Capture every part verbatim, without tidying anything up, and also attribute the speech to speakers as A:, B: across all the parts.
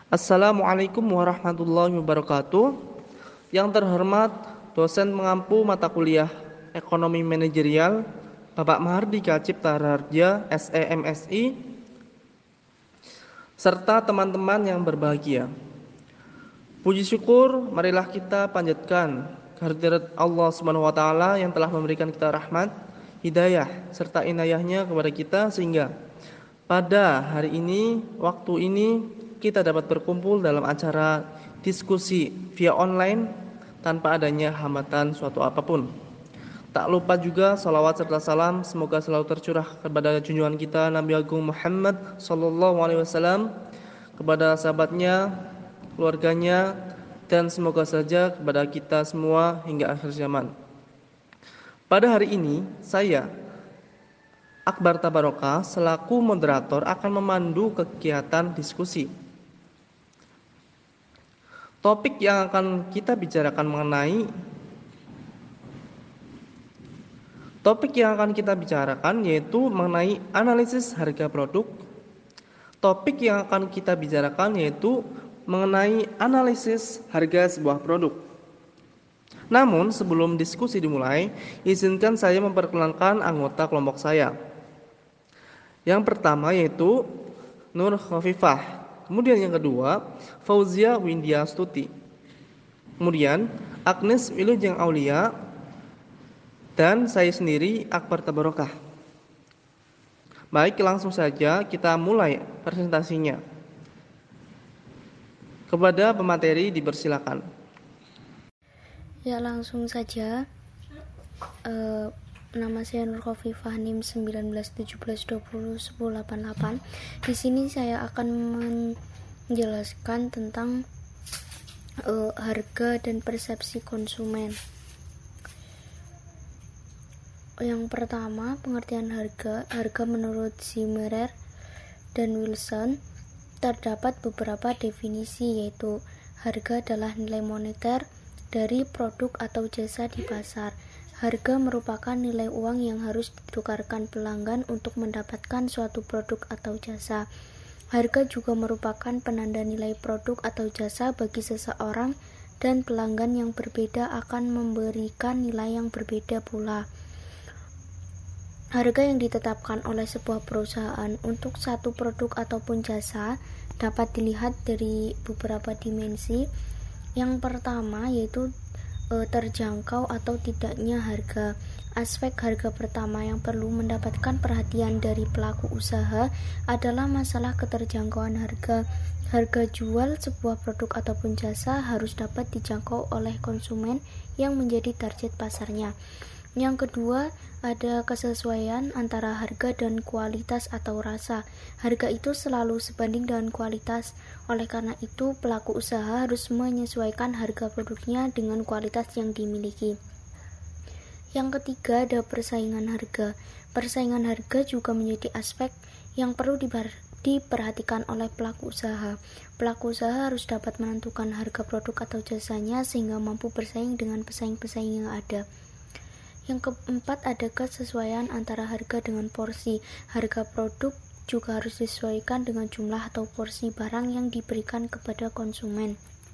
A: Assalamualaikum warahmatullahi wabarakatuh. Yang terhormat dosen mengampu mata kuliah Ekonomi Manajerial Bapak Mahardika Cipta Raharja, S E M Si, serta teman-teman yang berbahagia. Puji syukur marilah kita panjatkan kehadirat Allah Subhanahu wa taala yang telah memberikan kita rahmat, hidayah serta inayahnya kepada kita sehingga pada hari ini, waktu ini kita dapat berkumpul dalam acara diskusi via online tanpa adanya hambatan suatu apapun. Tak lupa juga salawat serta salam semoga selalu tercurah kepada junjungan kita Nabi Agung Muhammad Sallallahu Alaihi Wasallam, kepada sahabatnya, keluarganya, dan semoga saja kepada kita semua hingga akhir zaman. Pada hari ini saya Akbar Tabarokah selaku moderator akan memandu kegiatan diskusi. Topik yang akan kita bicarakan mengenai Topik yang akan kita bicarakan yaitu mengenai analisis harga produk. Topik yang akan kita bicarakan yaitu mengenai analisis harga sebuah produk. Namun sebelum diskusi dimulai, izinkan saya memperkenalkan anggota kelompok saya. Yang pertama yaitu Nur Khafifah. Kemudian yang kedua, Fauzia Windia Stuti. Kemudian Agnes Wilujeng Aulia. Dan saya sendiri Akbar Tabarokah. Baik, langsung saja kita mulai presentasinya. Kepada pemateri dipersilakan.
B: Ya, langsung saja. Uh, Nama saya Nur Khafifah, N I M sembilan belas tujuh belas dua puluh sepuluh delapan puluh delapan. Di sini saya akan menjelaskan tentang uh, harga dan persepsi konsumen. Yang pertama, pengertian harga. Harga menurut Zimmerer dan Wilson terdapat beberapa definisi, yaitu harga adalah nilai moneter dari produk atau jasa di pasar. Harga merupakan nilai uang yang harus ditukarkan pelanggan untuk mendapatkan suatu produk atau jasa. Harga juga merupakan penanda nilai produk atau jasa bagi seseorang, dan pelanggan yang berbeda akan memberikan nilai yang berbeda pula. Harga yang ditetapkan oleh sebuah perusahaan untuk satu produk ataupun jasa dapat dilihat dari beberapa dimensi. Yang pertama yaitu terjangkau atau tidaknya harga. Aspek harga pertama yang perlu mendapatkan perhatian dari pelaku usaha adalah masalah keterjangkauan harga. Harga jual sebuah produk ataupun jasa harus dapat dijangkau oleh konsumen yang menjadi target pasarnya. Yang kedua, ada kesesuaian antara harga dan kualitas atau rasa. Harga itu selalu sebanding dengan kualitas. Oleh karena itu, pelaku usaha harus menyesuaikan harga produknya dengan kualitas yang dimiliki. Yang ketiga, ada persaingan harga. Persaingan harga juga menjadi aspek yang perlu diperhatikan oleh pelaku usaha. Pelaku usaha harus dapat menentukan harga produk atau jasanya sehingga mampu bersaing dengan pesaing-pesaing yang ada. Yang keempat, ada kesesuaian antara harga dengan porsi. Harga produk juga harus disesuaikan dengan jumlah atau porsi barang yang diberikan kepada konsumen.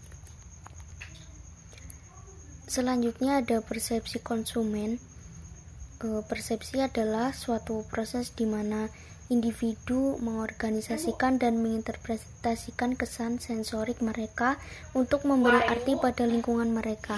B: Selanjutnya ada persepsi konsumen. E, persepsi adalah suatu proses di mana individu mengorganisasikan dan menginterpretasikan kesan sensorik mereka untuk memberi arti pada lingkungan mereka.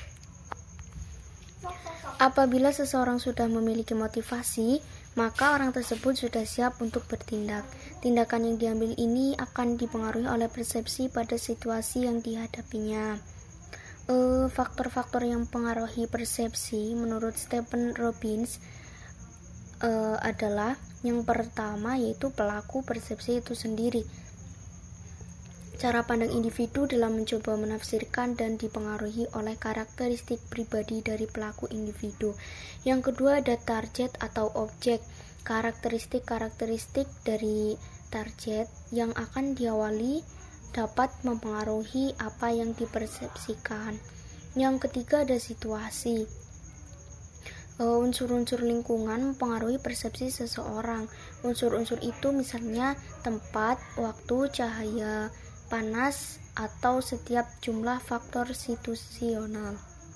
B: Apabila seseorang sudah memiliki motivasi, maka orang tersebut sudah siap untuk bertindak. Tindakan yang diambil ini akan dipengaruhi oleh persepsi pada situasi yang dihadapinya. E, faktor-faktor yang mempengaruhi persepsi menurut Stephen Robbins e, adalah yang pertama yaitu pelaku persepsi itu sendiri. Cara pandang individu dalam mencoba menafsirkan dan dipengaruhi oleh karakteristik pribadi dari pelaku individu. Yang kedua ada target atau objek. Karakteristik-karakteristik dari target yang akan diawali dapat mempengaruhi apa yang dipersepsikan. Yang ketiga ada situasi. Unsur-unsur lingkungan mempengaruhi persepsi seseorang. Unsur-unsur itu misalnya tempat, waktu, cahaya, panas, atau setiap jumlah faktor situasional.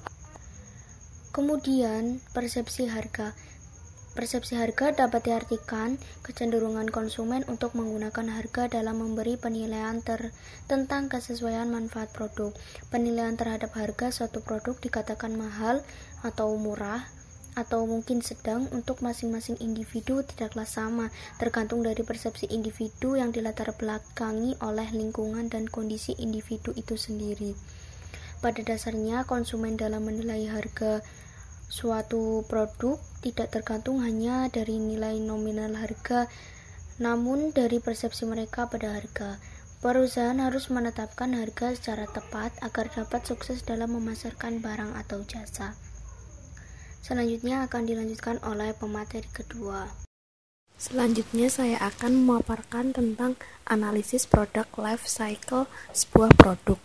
B: Kemudian, persepsi harga. Persepsi harga dapat diartikan kecenderungan konsumen untuk menggunakan harga dalam memberi penilaian ter tentang kesesuaian manfaat produk. Penilaian terhadap harga suatu produk dikatakan mahal atau murah, atau mungkin sedang untuk masing-masing individu tidaklah sama, tergantung dari persepsi individu yang dilatar belakangi oleh lingkungan dan kondisi individu itu sendiri. Pada dasarnya, konsumen dalam menilai harga suatu produk tidak tergantung hanya dari nilai nominal harga, namun dari persepsi mereka pada harga. Perusahaan harus menetapkan harga secara tepat agar dapat sukses dalam memasarkan barang atau jasa. Selanjutnya akan dilanjutkan oleh pemateri kedua.
C: Selanjutnya saya akan memaparkan tentang analisis produk life cycle sebuah produk.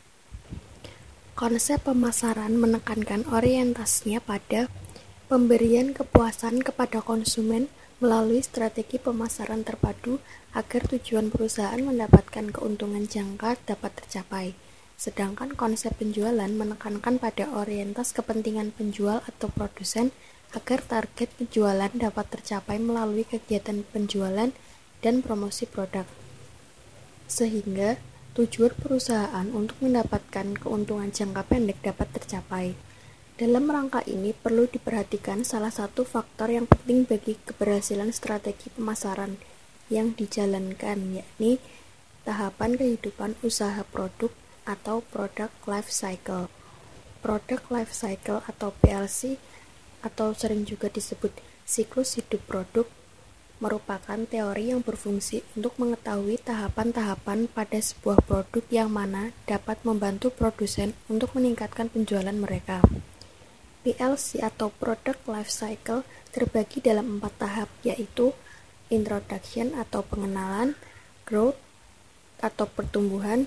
C: Konsep pemasaran menekankan orientasinya pada pemberian kepuasan kepada konsumen melalui strategi pemasaran terpadu agar tujuan perusahaan mendapatkan keuntungan jangka dapat tercapai. Sedangkan konsep penjualan menekankan pada orientasi kepentingan penjual atau produsen agar target penjualan dapat tercapai melalui kegiatan penjualan dan promosi produk. Sehingga tujuan perusahaan untuk mendapatkan keuntungan jangka pendek dapat tercapai. Dalam rangka ini perlu diperhatikan salah satu faktor yang penting bagi keberhasilan strategi pemasaran yang dijalankan, yakni tahapan kehidupan usaha produk atau product life cycle. Product life cycle atau P L C atau sering juga disebut siklus hidup produk merupakan teori yang berfungsi untuk mengetahui tahapan-tahapan pada sebuah produk yang mana dapat membantu produsen untuk meningkatkan penjualan mereka. P L C atau Product Life Cycle terbagi dalam empat tahap, yaitu Introduction atau pengenalan, Growth atau pertumbuhan,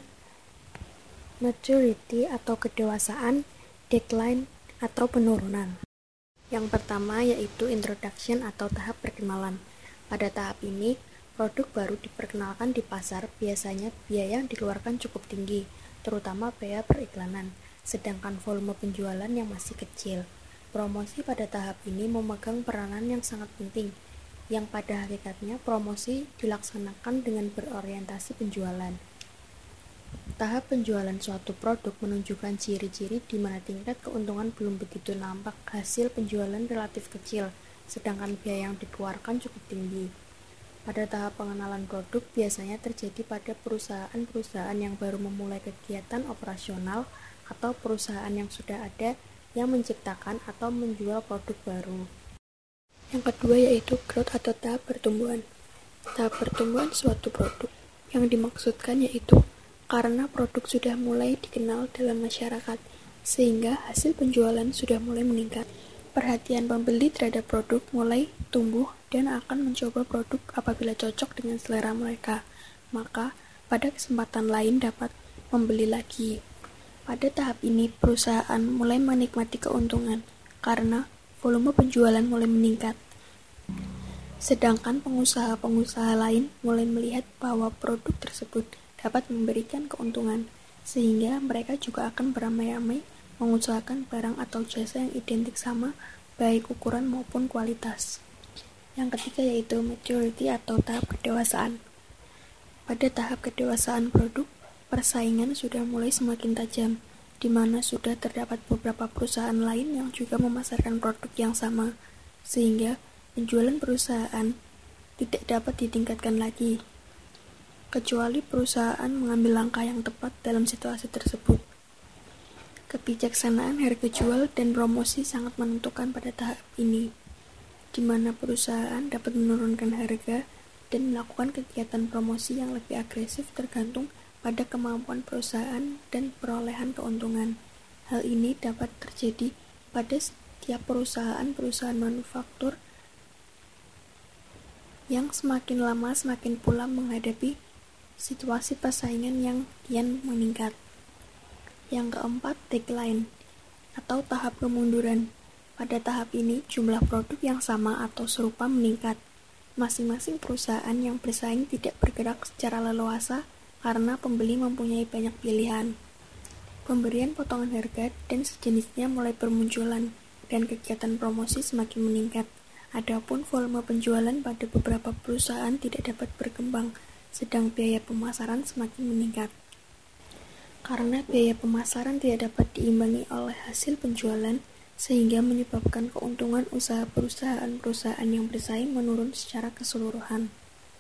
C: Maturity atau kedewasaan, Decline atau penurunan. Yang pertama yaitu Introduction atau tahap perkenalan. Pada tahap ini, produk baru diperkenalkan di pasar, biasanya biaya yang dikeluarkan cukup tinggi, terutama biaya periklanan, sedangkan volume penjualan yang masih kecil. Promosi pada tahap ini memegang peranan yang sangat penting, yang pada hakikatnya promosi dilaksanakan dengan berorientasi penjualan. Tahap penjualan suatu produk menunjukkan ciri-ciri di mana tingkat keuntungan belum begitu nampak, hasil penjualan relatif kecil, sedangkan biaya yang dikeluarkan cukup tinggi. Pada tahap pengenalan produk biasanya terjadi pada perusahaan-perusahaan yang baru memulai kegiatan operasional atau perusahaan yang sudah ada yang menciptakan atau menjual produk baru. Yang kedua yaitu growth atau tahap pertumbuhan. Tahap pertumbuhan suatu produk yang dimaksudkan yaitu karena produk sudah mulai dikenal dalam masyarakat sehingga hasil penjualan sudah mulai meningkat. Perhatian pembeli terhadap produk mulai tumbuh dan akan mencoba produk apabila cocok dengan selera mereka, maka pada kesempatan lain dapat membeli lagi. Pada tahap ini, perusahaan mulai menikmati keuntungan karena volume penjualan mulai meningkat. Sedangkan pengusaha-pengusaha lain mulai melihat bahwa produk tersebut dapat memberikan keuntungan, sehingga mereka juga akan beramai-ramai mengusahakan barang atau jasa yang identik sama, baik ukuran maupun kualitas. Yang ketiga yaitu maturity atau tahap kedewasaan. Pada tahap kedewasaan produk, persaingan sudah mulai semakin tajam, di mana sudah terdapat beberapa perusahaan lain yang juga memasarkan produk yang sama, sehingga penjualan perusahaan tidak dapat ditingkatkan lagi, kecuali perusahaan mengambil langkah yang tepat dalam situasi tersebut. Kebijaksanaan harga jual dan promosi sangat menentukan pada tahap ini, di mana perusahaan dapat menurunkan harga dan melakukan kegiatan promosi yang lebih agresif tergantung pada kemampuan perusahaan dan perolehan keuntungan. Hal ini dapat terjadi pada setiap perusahaan-perusahaan manufaktur yang semakin lama semakin pula menghadapi situasi persaingan yang kian meningkat. Yang keempat, decline atau tahap kemunduran. Pada tahap ini, jumlah produk yang sama atau serupa meningkat. Masing-masing perusahaan yang bersaing tidak bergerak secara leluasa karena pembeli mempunyai banyak pilihan. Pemberian potongan harga dan sejenisnya mulai bermunculan, dan kegiatan promosi semakin meningkat. Adapun volume penjualan pada beberapa perusahaan tidak dapat berkembang, sedang biaya pemasaran semakin meningkat. Karena biaya pemasaran tidak dapat diimbangi oleh hasil penjualan, sehingga menyebabkan keuntungan usaha perusahaan-perusahaan yang bersaing menurun secara keseluruhan.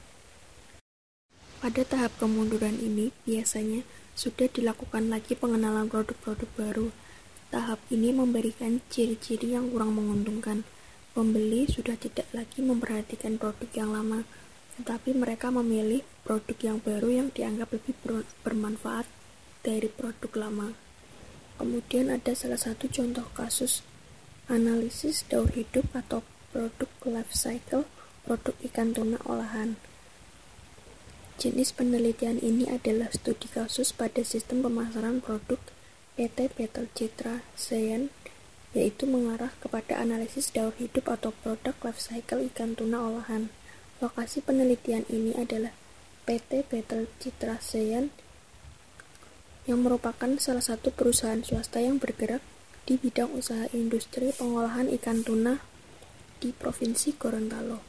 C: Pada tahap kemunduran ini, biasanya sudah dilakukan lagi pengenalan produk-produk baru. Tahap ini memberikan ciri-ciri yang kurang menguntungkan. Pembeli sudah tidak lagi memperhatikan produk yang lama, tetapi mereka memilih produk yang baru yang dianggap lebih bermanfaat dari produk lama. Kemudian ada salah satu contoh kasus analisis daur hidup atau produk life cycle produk ikan tuna olahan. Jenis penelitian ini adalah studi kasus pada sistem pemasaran produk P T Petel Citra Seyen, yaitu mengarah kepada analisis daur hidup atau produk life cycle ikan tuna olahan. Lokasi penelitian ini adalah P T Petel Citra Seyen, yang merupakan salah satu perusahaan swasta yang bergerak di bidang usaha industri pengolahan ikan tuna di Provinsi Gorontalo.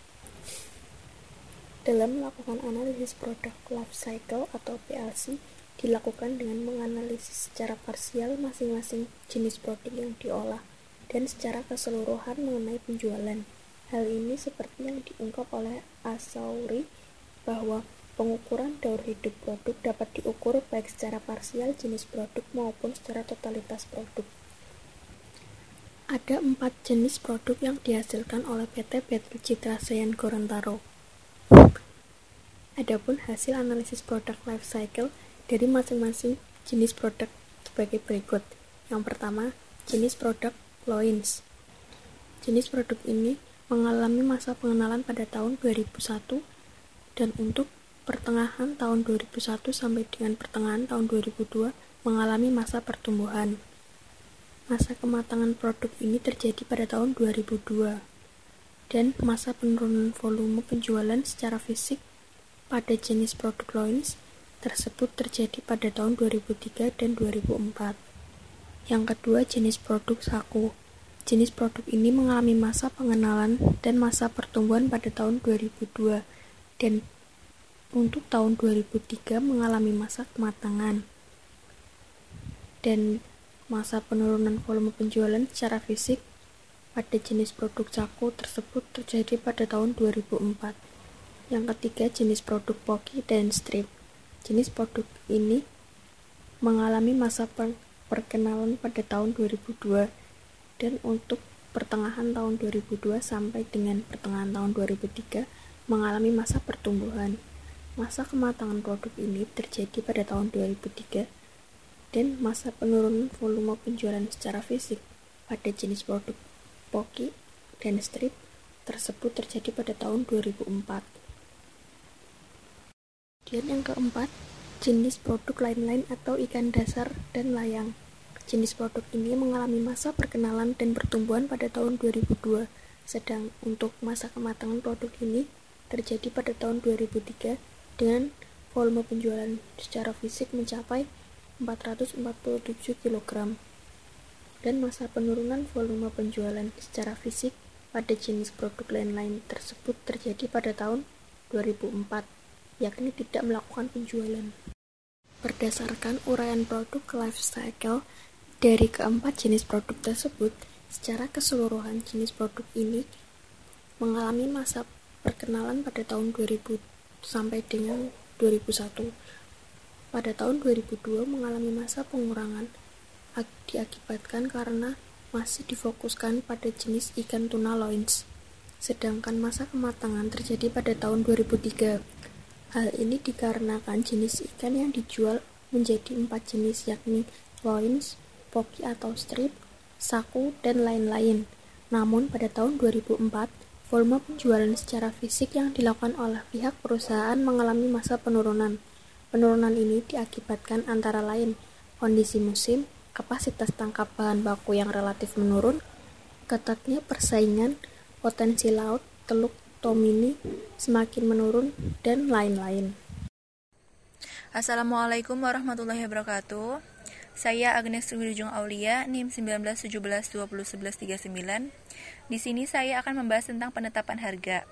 C: Dalam melakukan analisis produk life cycle atau P L C, dilakukan dengan menganalisis secara parsial masing-masing jenis produk yang diolah dan secara keseluruhan mengenai penjualan. Hal ini seperti yang diungkap oleh Asauri bahwa pengukuran daur hidup produk dapat diukur baik secara parsial jenis produk maupun secara totalitas produk. Ada empat jenis produk yang dihasilkan oleh P T Petel Citra Seyen Gorontalo. Adapun hasil analisis produk life cycle dari masing-masing jenis produk sebagai berikut. Yang pertama, jenis produk loins. Jenis produk ini mengalami masa pengenalan pada tahun dua ribu satu dan untuk pertengahan tahun dua ribu satu sampai dengan pertengahan tahun dua ribu dua mengalami masa pertumbuhan. Masa kematangan produk ini terjadi pada tahun dua ribu dua dan masa penurunan volume penjualan secara fisik pada jenis produk loins tersebut terjadi pada tahun dua ribu tiga dan dua ribu empat. Yang kedua, jenis produk saku. Jenis produk ini mengalami masa pengenalan dan masa pertumbuhan pada tahun dua ribu dua dan untuk tahun dua ribu tiga mengalami masa kematangan. Dan masa penurunan volume penjualan secara fisik pada jenis produk saku tersebut terjadi pada tahun dua ribu empat. Yang ketiga, jenis produk poki dan strip. Jenis produk ini mengalami masa per- perkenalan pada tahun dua ribu dua dan untuk pertengahan tahun dua ribu dua sampai dengan pertengahan tahun dua ribu tiga mengalami masa pertumbuhan. Masa kematangan produk ini terjadi pada tahun dua ribu tiga dan masa penurunan volume penjualan secara fisik pada jenis produk poki dan strip tersebut terjadi pada tahun dua ribu empat. Dan yang keempat, jenis produk lain-lain atau ikan dasar dan layang. Jenis produk ini mengalami masa perkenalan dan pertumbuhan pada tahun dua ribu dua, sedang untuk masa kematangan produk ini terjadi pada tahun dua ribu tiga dengan volume penjualan secara fisik mencapai empat ratus empat puluh tujuh kilogram dan masa penurunan volume penjualan secara fisik pada jenis produk lain-lain tersebut terjadi pada tahun dua ribu empat, yakni tidak melakukan penjualan. Berdasarkan uraian produk life cycle dari keempat jenis produk tersebut, secara keseluruhan jenis produk ini mengalami masa perkenalan pada tahun dua ribu sampai dengan dua ribu satu. Pada tahun dua ribu dua mengalami masa pengurangan diakibatkan karena masih difokuskan pada jenis ikan tuna loins. Sedangkan masa kematangan terjadi pada tahun dua ribu tiga. Hal ini dikarenakan jenis ikan yang dijual menjadi empat jenis, yakni loins, poki atau strip, saku, dan lain-lain. Namun pada tahun dua ribu empat, volume penjualan secara fisik yang dilakukan oleh pihak perusahaan mengalami masa penurunan. Penurunan ini diakibatkan antara lain kondisi musim, kapasitas tangkap bahan baku yang relatif menurun, ketatnya persaingan, potensi laut, teluk Tomini semakin menurun, dan lain-lain.
D: Assalamualaikum warahmatullahi wabarakatuh. Saya Agnes Widujung Aulia, N I M sembilan belas tujuh belas dua nol sebelas tiga puluh sembilan. Di sini saya akan membahas tentang penetapan harga.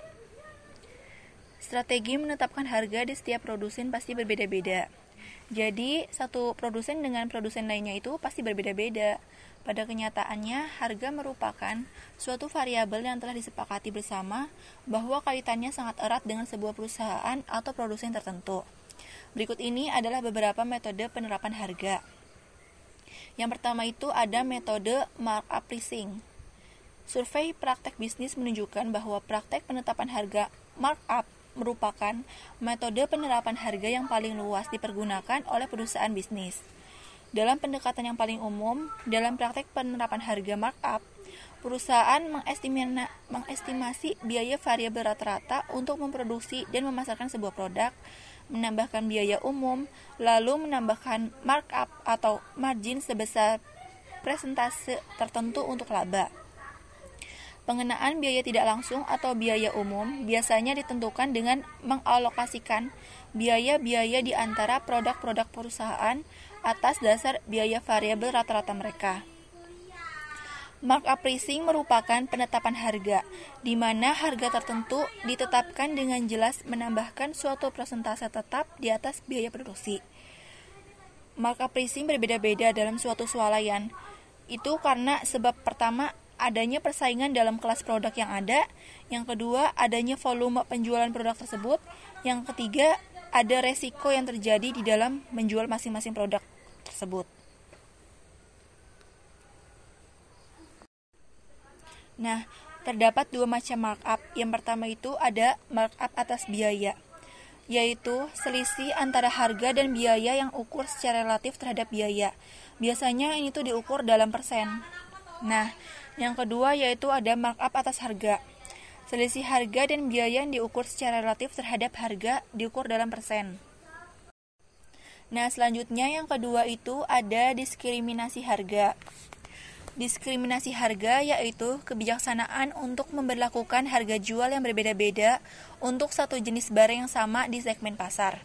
D: Strategi menetapkan harga di setiap produsen pasti berbeda-beda. Jadi, satu produsen dengan produsen lainnya itu pasti berbeda-beda. Pada kenyataannya, harga merupakan suatu variabel yang telah disepakati bersama bahwa kaitannya sangat erat dengan sebuah perusahaan atau produsen tertentu. Berikut ini adalah beberapa metode penerapan harga. Yang pertama itu ada metode markup pricing. Survei praktek bisnis menunjukkan bahwa praktek penetapan harga markup merupakan metode penerapan harga yang paling luas dipergunakan oleh perusahaan bisnis. Dalam pendekatan yang paling umum, dalam praktek penerapan harga markup, perusahaan mengestimasi biaya variabel rata-rata untuk memproduksi dan memasarkan sebuah produk, menambahkan biaya umum, lalu menambahkan markup atau margin sebesar persentase tertentu untuk laba. Pengenaan biaya tidak langsung atau biaya umum biasanya ditentukan dengan mengalokasikan biaya-biaya di antara produk-produk perusahaan atas dasar biaya variabel rata-rata mereka. Markup pricing merupakan penetapan harga, di mana harga tertentu ditetapkan dengan jelas menambahkan suatu persentase tetap di atas biaya produksi. Markup pricing berbeda-beda dalam suatu swalayan. Itu karena sebab pertama, adanya persaingan dalam kelas produk yang ada, yang kedua, adanya volume penjualan produk tersebut, yang ketiga, ada resiko yang terjadi di dalam menjual masing-masing produk tersebut. Nah, terdapat dua macam markup. Yang pertama itu ada markup atas biaya, yaitu selisih antara harga dan biaya yang ukur secara relatif terhadap biaya. Biasanya ini tuh diukur dalam persen. Nah, yang kedua yaitu ada markup atas harga. Selisih harga dan biaya yang diukur secara relatif terhadap harga diukur dalam persen. Nah, selanjutnya yang kedua itu ada diskriminasi harga. Diskriminasi harga yaitu kebijaksanaan untuk memberlakukan harga jual yang berbeda-beda untuk satu jenis barang yang sama di segmen pasar.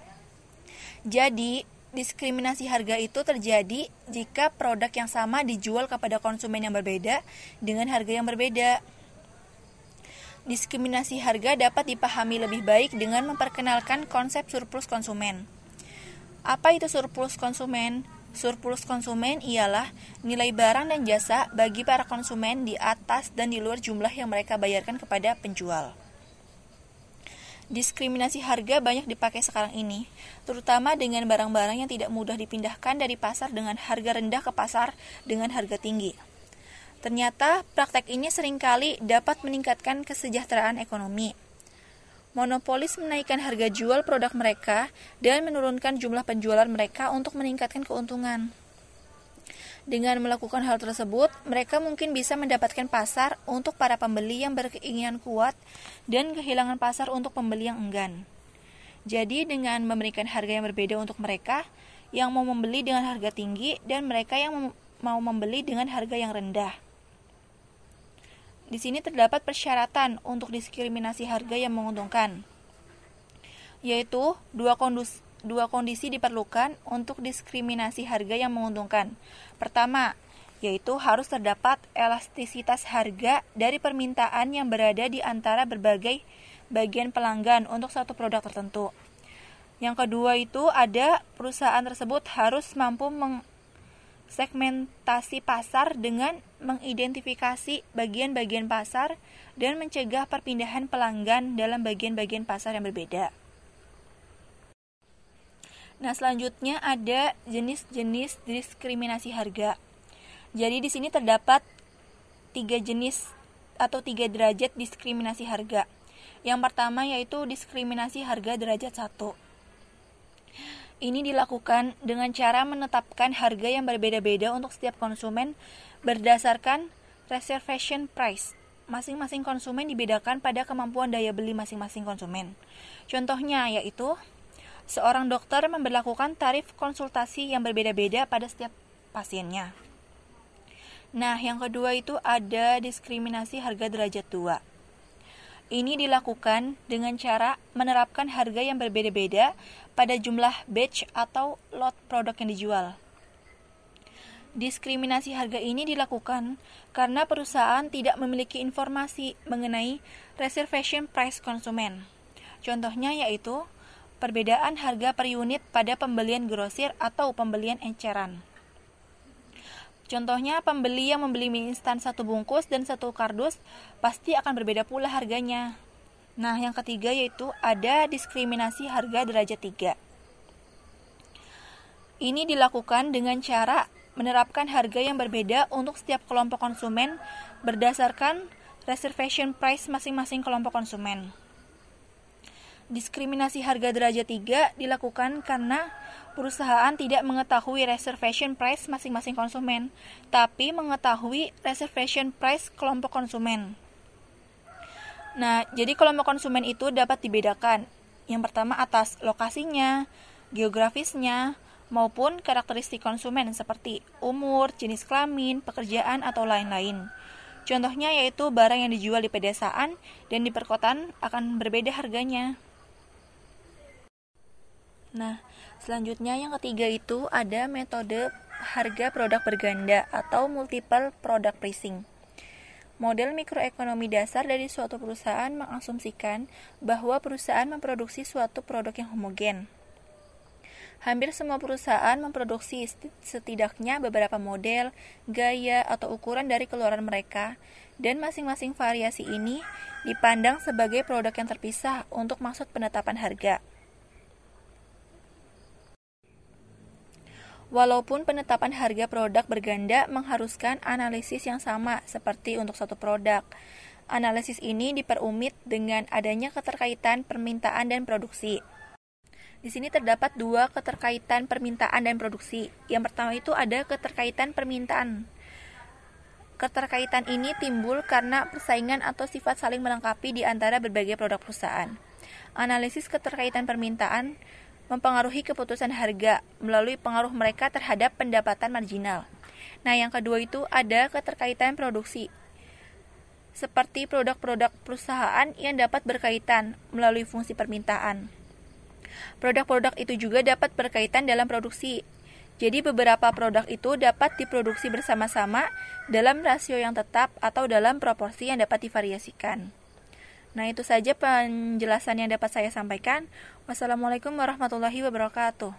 D: Jadi, diskriminasi harga itu terjadi jika produk yang sama dijual kepada konsumen yang berbeda dengan harga yang berbeda. Diskriminasi harga dapat dipahami lebih baik dengan memperkenalkan konsep surplus konsumen. Apa itu surplus konsumen? Surplus konsumen ialah nilai barang dan jasa bagi para konsumen di atas dan di luar jumlah yang mereka bayarkan kepada penjual. Diskriminasi harga banyak dipakai sekarang ini, terutama dengan barang-barang yang tidak mudah dipindahkan dari pasar dengan harga rendah ke pasar dengan harga tinggi. Ternyata praktek ini seringkali dapat meningkatkan kesejahteraan ekonomi. Monopolis menaikkan harga jual produk mereka dan menurunkan jumlah penjualan mereka untuk meningkatkan keuntungan. Dengan melakukan hal tersebut, mereka mungkin bisa mendapatkan pasar untuk para pembeli yang berkeinginan kuat dan kehilangan pasar untuk pembeli yang enggan. Jadi, dengan memberikan harga yang berbeda untuk mereka yang mau membeli dengan harga tinggi dan mereka yang mau membeli dengan harga yang rendah. Di sini terdapat persyaratan untuk diskriminasi harga yang menguntungkan, yaitu dua kondisi, dua kondisi diperlukan untuk diskriminasi harga yang menguntungkan. Pertama, yaitu harus terdapat elastisitas harga dari permintaan yang berada di antara berbagai bagian pelanggan untuk satu produk tertentu. Yang kedua itu ada perusahaan tersebut harus mampu meng segmentasi pasar dengan mengidentifikasi bagian-bagian pasar dan mencegah perpindahan pelanggan dalam bagian-bagian pasar yang berbeda. Nah, selanjutnya ada jenis-jenis diskriminasi harga. Jadi di sini terdapat tiga jenis atau tiga derajat diskriminasi harga. Yang pertama yaitu diskriminasi harga derajat satu. Ini dilakukan dengan cara menetapkan harga yang berbeda-beda untuk setiap konsumen berdasarkan reservation price. Masing-masing konsumen dibedakan pada kemampuan daya beli masing-masing konsumen. Contohnya yaitu, seorang dokter memberlakukan tarif konsultasi yang berbeda-beda pada setiap pasiennya. Nah, yang kedua itu ada diskriminasi harga derajat dua. Ini dilakukan dengan cara menerapkan harga yang berbeda-beda pada jumlah batch atau lot produk yang dijual. Diskriminasi harga ini dilakukan karena perusahaan tidak memiliki informasi mengenai reservation price konsumen. Contohnya yaitu perbedaan harga per unit pada pembelian grosir atau pembelian eceran. Contohnya, pembeli yang membeli mie instan satu bungkus dan satu kardus pasti akan berbeda pula harganya. Nah, yang ketiga yaitu ada diskriminasi harga derajat tiga. Ini dilakukan dengan cara menerapkan harga yang berbeda untuk setiap kelompok konsumen berdasarkan reservation price masing-masing kelompok konsumen. Diskriminasi harga derajat tiga dilakukan karena perusahaan tidak mengetahui reservation price masing-masing konsumen, tapi mengetahui reservation price kelompok konsumen. Nah, jadi kelompok konsumen itu dapat dibedakan. Yang pertama atas lokasinya, geografisnya, maupun karakteristik konsumen seperti umur, jenis kelamin, pekerjaan, atau lain-lain. Contohnya yaitu barang yang dijual di pedesaan dan di perkotaan akan berbeda harganya. Nah, selanjutnya yang ketiga itu ada metode harga produk berganda atau multiple product pricing. Model mikroekonomi dasar dari suatu perusahaan mengasumsikan bahwa perusahaan memproduksi suatu produk yang homogen. Hampir semua perusahaan memproduksi setidaknya beberapa model, gaya, atau ukuran dari keluaran mereka, dan masing-masing variasi ini dipandang sebagai produk yang terpisah untuk maksud penetapan harga. Walaupun penetapan harga produk berganda mengharuskan analisis yang sama seperti untuk satu produk, analisis ini diperumit dengan adanya keterkaitan permintaan dan produksi. Di sini terdapat dua keterkaitan permintaan dan produksi. Yang pertama itu ada keterkaitan permintaan. Keterkaitan ini timbul karena persaingan atau sifat saling melengkapi di antara berbagai produk perusahaan. Analisis keterkaitan permintaan mempengaruhi keputusan harga melalui pengaruh mereka terhadap pendapatan marginal. Nah, yang kedua itu ada keterkaitan produksi. Seperti produk-produk perusahaan yang dapat berkaitan melalui fungsi permintaan. Produk-produk itu juga dapat berkaitan dalam produksi. Jadi beberapa produk itu dapat diproduksi bersama-sama dalam rasio yang tetap atau dalam proporsi yang dapat divariasikan. Nah, itu saja penjelasan yang dapat saya sampaikan. Wassalamualaikum warahmatullahi wabarakatuh.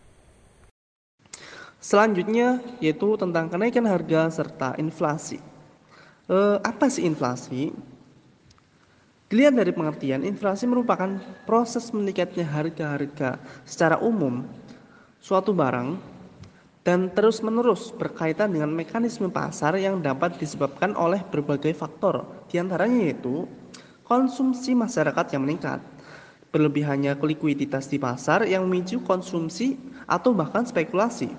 A: Selanjutnya yaitu tentang kenaikan harga serta inflasi. E, apa sih inflasi? Dilihat dari pengertian, inflasi merupakan proses meningkatnya harga-harga secara umum suatu barang dan terus-menerus berkaitan dengan mekanisme pasar yang dapat disebabkan oleh berbagai faktor. Di antaranya yaitu konsumsi masyarakat yang meningkat, berlebihannya likuiditas di pasar yang memicu konsumsi atau bahkan spekulasi.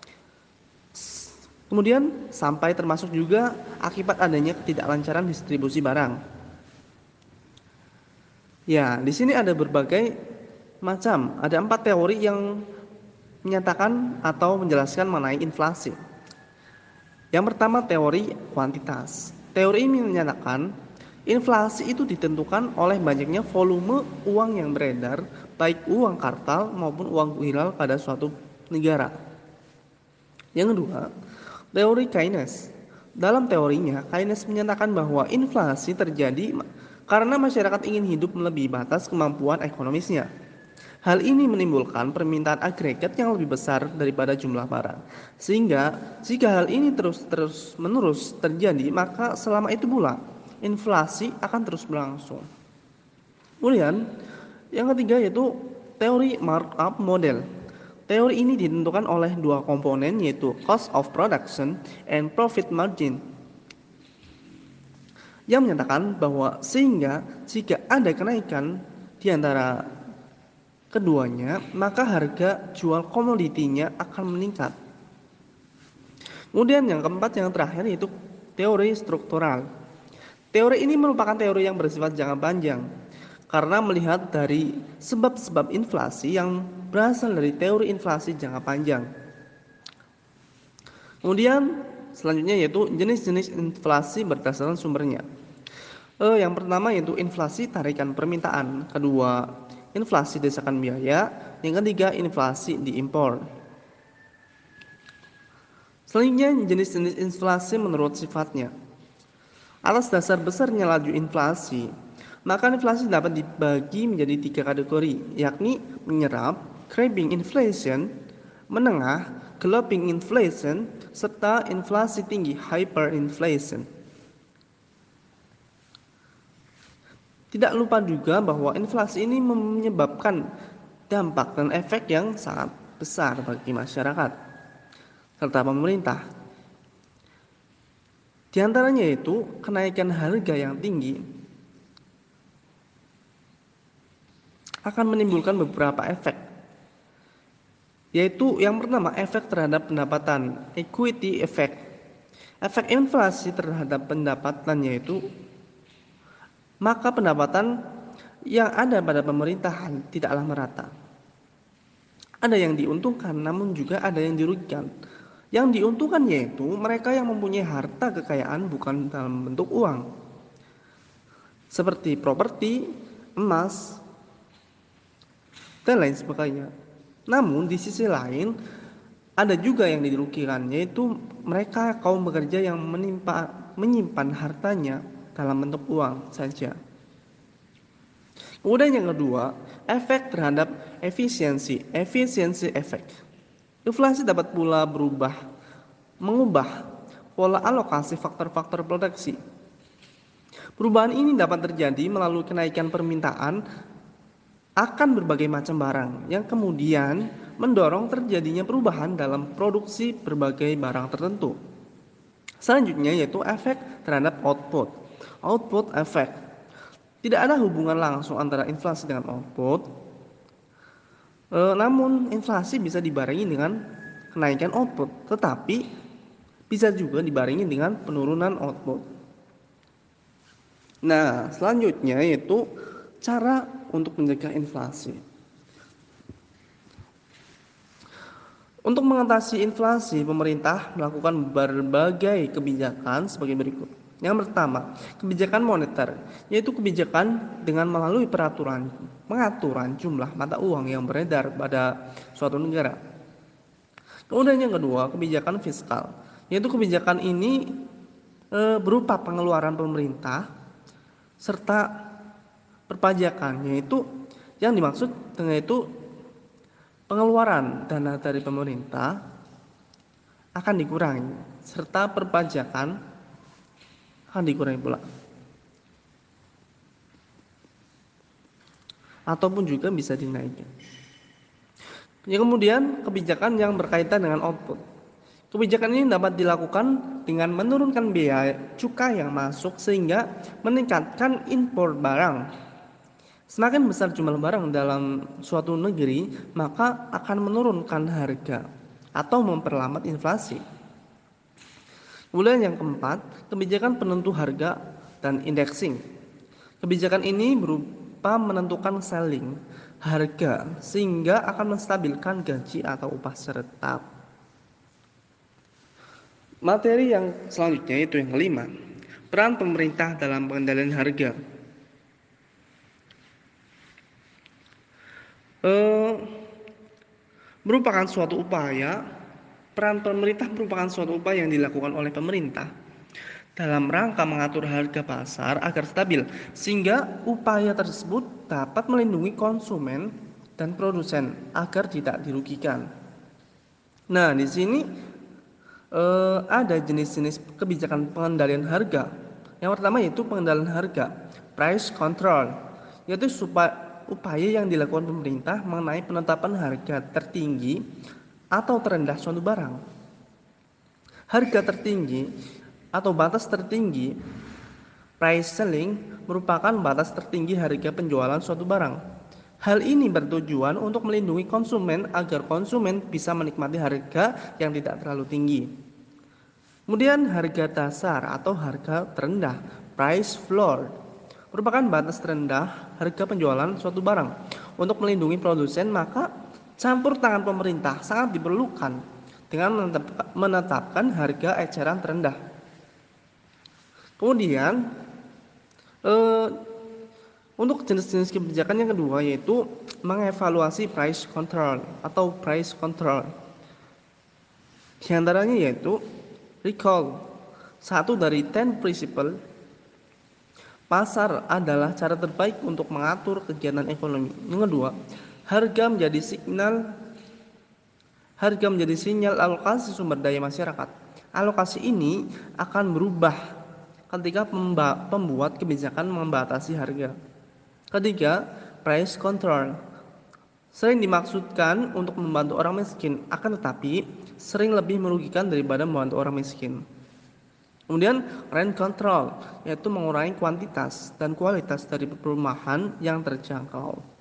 A: Kemudian sampai termasuk juga akibat adanya ketidaklancaran distribusi barang. Ya, di sini ada berbagai macam, ada empat teori yang menyatakan atau menjelaskan mengenai inflasi. Yang pertama teori kuantitas. Teori ini menyatakan inflasi itu ditentukan oleh banyaknya volume uang yang beredar, baik uang kartal maupun uang hilal pada suatu negara. Yang kedua, teori Keynes. Dalam teorinya, Keynes menyatakan bahwa inflasi terjadi karena masyarakat ingin hidup melebihi batas kemampuan ekonomisnya. Hal ini menimbulkan permintaan agregat yang lebih besar daripada jumlah barang. Sehingga jika hal ini terus-terus menerus terjadi, maka selama itu pula inflasi akan terus berlangsung. Kemudian yang ketiga yaitu teori markup model. Teori ini ditentukan oleh dua komponen yaitu cost of production and profit margin, yang menyatakan bahwa sehingga jika ada kenaikan di antara keduanya, maka harga jual komoditinya akan meningkat. Kemudian yang keempat, yang terakhir yaitu teori struktural. Teori ini merupakan teori yang bersifat jangka panjang karena melihat dari sebab-sebab inflasi yang berasal dari teori inflasi jangka panjang. Kemudian selanjutnya yaitu jenis-jenis inflasi berdasarkan sumbernya. Eh, yang pertama yaitu inflasi tarikan permintaan, kedua inflasi desakan biaya, yang ketiga inflasi diimpor. Selanjutnya jenis-jenis inflasi menurut sifatnya. Atas dasar besarnya laju inflasi, maka inflasi dapat dibagi menjadi tiga kategori, yakni menyerap, creeping inflation, menengah, galloping inflation, serta inflasi tinggi, hyperinflation. Tidak lupa juga bahwa inflasi ini menyebabkan dampak dan efek yang sangat besar bagi masyarakat serta pemerintah. Di antaranya yaitu kenaikan harga yang tinggi akan menimbulkan beberapa efek, yaitu yang pertama efek terhadap pendapatan, equity effect. Efek inflasi terhadap pendapatan yaitu maka pendapatan yang ada pada pemerintahan tidaklah merata. Ada yang diuntungkan namun juga ada yang dirugikan. Yang diuntungkan yaitu mereka yang mempunyai harta kekayaan bukan dalam bentuk uang, seperti properti, emas, dan lain sebagainya. Namun di sisi lain ada juga yang dirugikan, yaitu mereka kaum pekerja yang menimpa, menyimpan hartanya dalam bentuk uang saja. Kemudian yang kedua, efek terhadap efisiensi, efisiensi efek. Inflasi dapat pula berubah, mengubah pola alokasi faktor-faktor produksi. Perubahan ini dapat terjadi melalui kenaikan permintaan akan berbagai macam barang yang kemudian mendorong terjadinya perubahan dalam produksi berbagai barang tertentu. Selanjutnya yaitu efek terhadap output. Output effect. Tidak ada hubungan langsung antara inflasi dengan output. E, namun inflasi bisa dibarengi dengan kenaikan output, tetapi bisa juga dibarengi dengan penurunan output. Nah, selanjutnya yaitu cara untuk mencegah inflasi. Untuk mengatasi inflasi, pemerintah melakukan berbagai kebijakan sebagai berikut. Yang pertama, kebijakan moneter, yaitu kebijakan dengan melalui peraturan pengaturan jumlah mata uang yang beredar pada suatu negara. Kemudian yang kedua, kebijakan fiskal, yaitu kebijakan ini e, berupa pengeluaran pemerintah serta perpajakan, yaitu yang dimaksud dengan itu pengeluaran dana dari pemerintah akan dikurangi serta perpajakan akan dikurangi pula, ataupun juga bisa dinaikkan. Yang kemudian kebijakan yang berkaitan dengan output. Kebijakan ini dapat dilakukan dengan menurunkan biaya cukai yang masuk sehingga meningkatkan impor barang. Semakin besar jumlah barang dalam suatu negeri, maka akan menurunkan harga atau memperlambat inflasi. Kemudian yang keempat, kebijakan penentu harga dan indexing. Kebijakan ini berupa menentukan ceiling harga sehingga akan menstabilkan gaji atau upah tetap. Materi yang selanjutnya itu yang kelima, peran pemerintah dalam pengendalian harga. Eh, merupakan suatu upaya Peran pemerintah merupakan suatu upaya yang dilakukan oleh pemerintah dalam rangka mengatur harga pasar agar stabil, sehingga upaya tersebut dapat melindungi konsumen dan produsen agar tidak dirugikan. Nah, di sini eh, ada jenis-jenis kebijakan pengendalian harga. Yang pertama yaitu pengendalian harga, price control, yaitu supaya upaya yang dilakukan pemerintah mengenai penetapan harga tertinggi atau terendah suatu barang. Harga tertinggi atau batas tertinggi, price ceiling, merupakan batas tertinggi harga penjualan suatu barang. Hal ini bertujuan untuk melindungi konsumen agar konsumen bisa menikmati harga yang tidak terlalu tinggi. Kemudian harga dasar atau harga terendah, price floor, merupakan batas terendah harga penjualan suatu barang. Untuk melindungi produsen, maka campur tangan pemerintah sangat diperlukan dengan menetapkan harga eceran terendah. Kemudian Eh, untuk jenis-jenis kebijakan yang kedua yaitu mengevaluasi price control atau price control. Di antaranya yaitu recall. Satu dari ten principle, pasar adalah cara terbaik untuk mengatur kegiatan ekonomi. Yang kedua, harga menjadi signal harga menjadi sinyal alokasi sumber daya masyarakat. Alokasi ini akan berubah ketika pembuat kebijakan membatasi harga. Ketiga, price control. Sering dimaksudkan untuk membantu orang miskin, akan tetapi sering lebih merugikan daripada membantu orang miskin. Kemudian rent control, yaitu mengurangi kuantitas dan kualitas dari perumahan yang terjangkau.